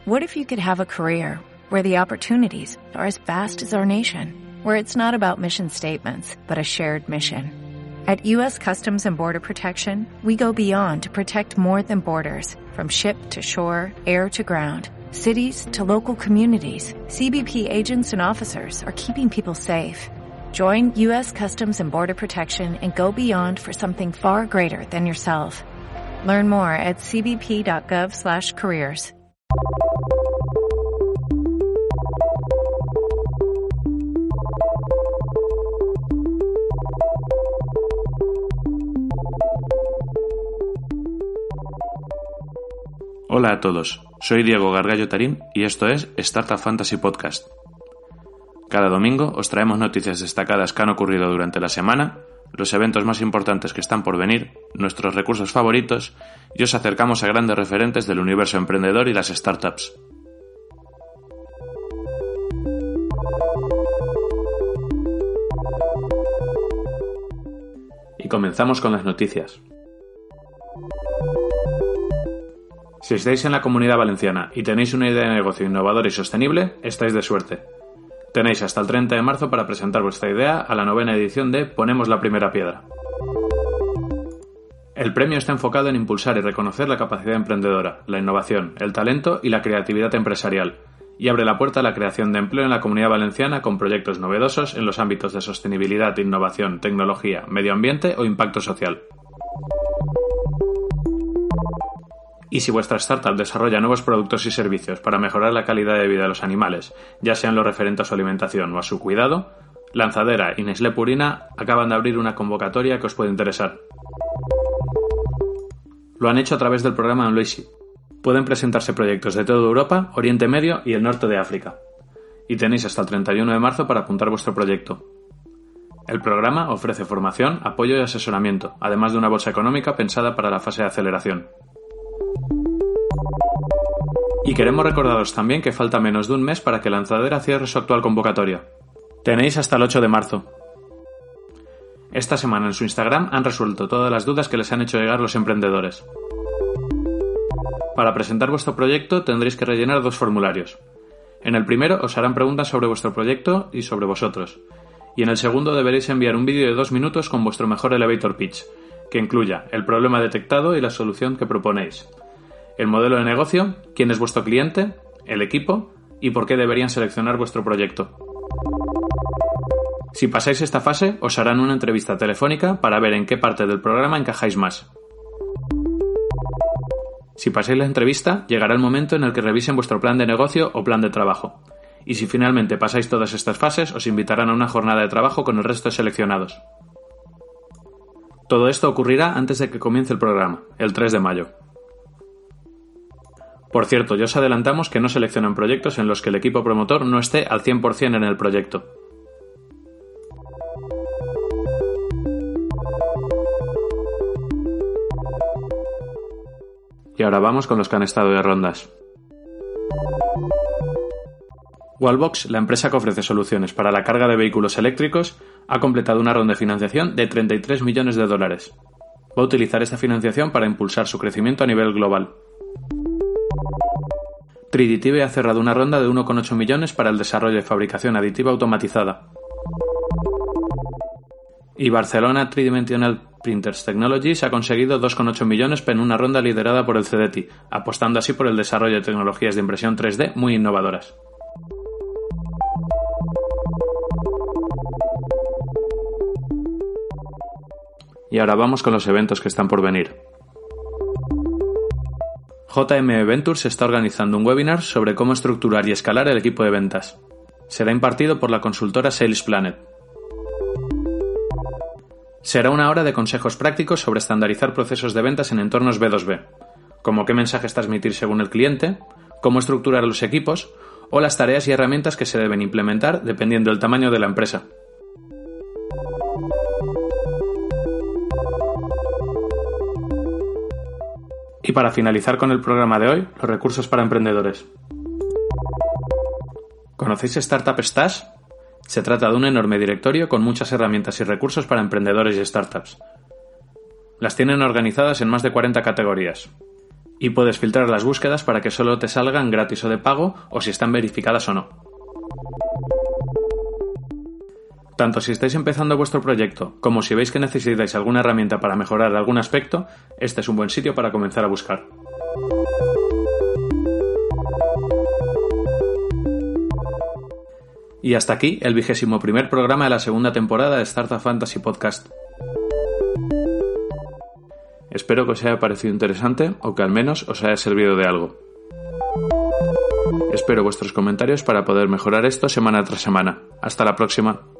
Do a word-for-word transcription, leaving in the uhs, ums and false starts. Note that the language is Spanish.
What if you could have a career where the opportunities are as vast as our nation, where it's not about mission statements, but a shared mission? At U S Customs and Border Protection, we go beyond to protect more than borders, from ship to shore, air to ground, cities to local communities. C B P agents and officers are keeping people safe. Join U S Customs and Border Protection and go beyond for something far greater than yourself. Learn more at c b p dot gov slash careers. Hola a todos, soy Diego Gargallo Tarín y esto es Startup Fantasy Podcast. Cada domingo os traemos noticias destacadas que han ocurrido durante la semana, los eventos más importantes que están por venir, nuestros recursos favoritos y os acercamos a grandes referentes del universo emprendedor y las startups. Y comenzamos con las noticias. Si estáis en la Comunidad Valenciana y tenéis una idea de negocio innovadora y sostenible, estáis de suerte. Tenéis hasta el treinta de marzo para presentar vuestra idea a la novena edición de Ponemos la primera piedra. El premio está enfocado en impulsar y reconocer la capacidad emprendedora, la innovación, el talento y la creatividad empresarial, y abre la puerta a la creación de empleo en la Comunidad Valenciana con proyectos novedosos en los ámbitos de sostenibilidad, innovación, tecnología, medio ambiente o impacto social. Y si vuestra startup desarrolla nuevos productos y servicios para mejorar la calidad de vida de los animales, ya sean los referentes a su alimentación o a su cuidado, Lanzadera y Nestlé Purina acaban de abrir una convocatoria que os puede interesar. Lo han hecho a través del programa Unleash. Pueden presentarse proyectos de toda Europa, Oriente Medio y el norte de África. Y tenéis hasta el treinta y uno de marzo para apuntar vuestro proyecto. El programa ofrece formación, apoyo y asesoramiento, además de una bolsa económica pensada para la fase de aceleración. Y queremos recordaros también que falta menos de un mes para que Lanzadera cierre su actual convocatoria. Tenéis hasta el ocho de marzo. Esta semana en su Instagram han resuelto todas las dudas que les han hecho llegar los emprendedores. Para presentar vuestro proyecto tendréis que rellenar dos formularios. En el primero os harán preguntas sobre vuestro proyecto y sobre vosotros. Y en el segundo deberéis enviar un vídeo de dos minutos con vuestro mejor elevator pitch, que incluya el problema detectado y la solución que proponéis, el modelo de negocio, quién es vuestro cliente, el equipo y por qué deberían seleccionar vuestro proyecto. Si pasáis esta fase, os harán una entrevista telefónica para ver en qué parte del programa encajáis más. Si pasáis la entrevista, llegará el momento en el que revisen vuestro plan de negocio o plan de trabajo. Y si finalmente pasáis todas estas fases, os invitarán a una jornada de trabajo con el resto de seleccionados. Todo esto ocurrirá antes de que comience el programa, el tres de mayo. Por cierto, ya os adelantamos que no seleccionan proyectos en los que el equipo promotor no esté al cien por ciento en el proyecto. Y ahora vamos con los que han estado de rondas. Wallbox, la empresa que ofrece soluciones para la carga de vehículos eléctricos, ha completado una ronda de financiación de treinta y tres millones de dólares. Va a utilizar esta financiación para impulsar su crecimiento a nivel global. Triditive ha cerrado una ronda de uno coma ocho millones para el desarrollo de fabricación aditiva automatizada. Y Barcelona Tridimensional Printers Technologies ha conseguido dos coma ocho millones en una ronda liderada por el C D T I, apostando así por el desarrollo de tecnologías de impresión tres D muy innovadoras. Y ahora vamos con los eventos que están por venir. J M E Ventures está organizando un webinar sobre cómo estructurar y escalar el equipo de ventas. Será impartido por la consultora Sales Planet. Será una hora de consejos prácticos sobre estandarizar procesos de ventas en entornos B dos B, como qué mensajes transmitir según el cliente, cómo estructurar los equipos o las tareas y herramientas que se deben implementar dependiendo del tamaño de la empresa. Y para finalizar con el programa de hoy, los recursos para emprendedores. ¿Conocéis Startup Stash? Se trata de un enorme directorio con muchas herramientas y recursos para emprendedores y startups. Las tienen organizadas en más de cuarenta categorías. Y puedes filtrar las búsquedas para que solo te salgan gratis o de pago, o si están verificadas o no. Tanto si estáis empezando vuestro proyecto, como si veis que necesitáis alguna herramienta para mejorar algún aspecto, este es un buen sitio para comenzar a buscar. Y hasta aquí el vigésimo primer programa de la segunda temporada de Startup Fantasy Podcast. Espero que os haya parecido interesante o que al menos os haya servido de algo. Espero vuestros comentarios para poder mejorar esto semana tras semana. Hasta la próxima.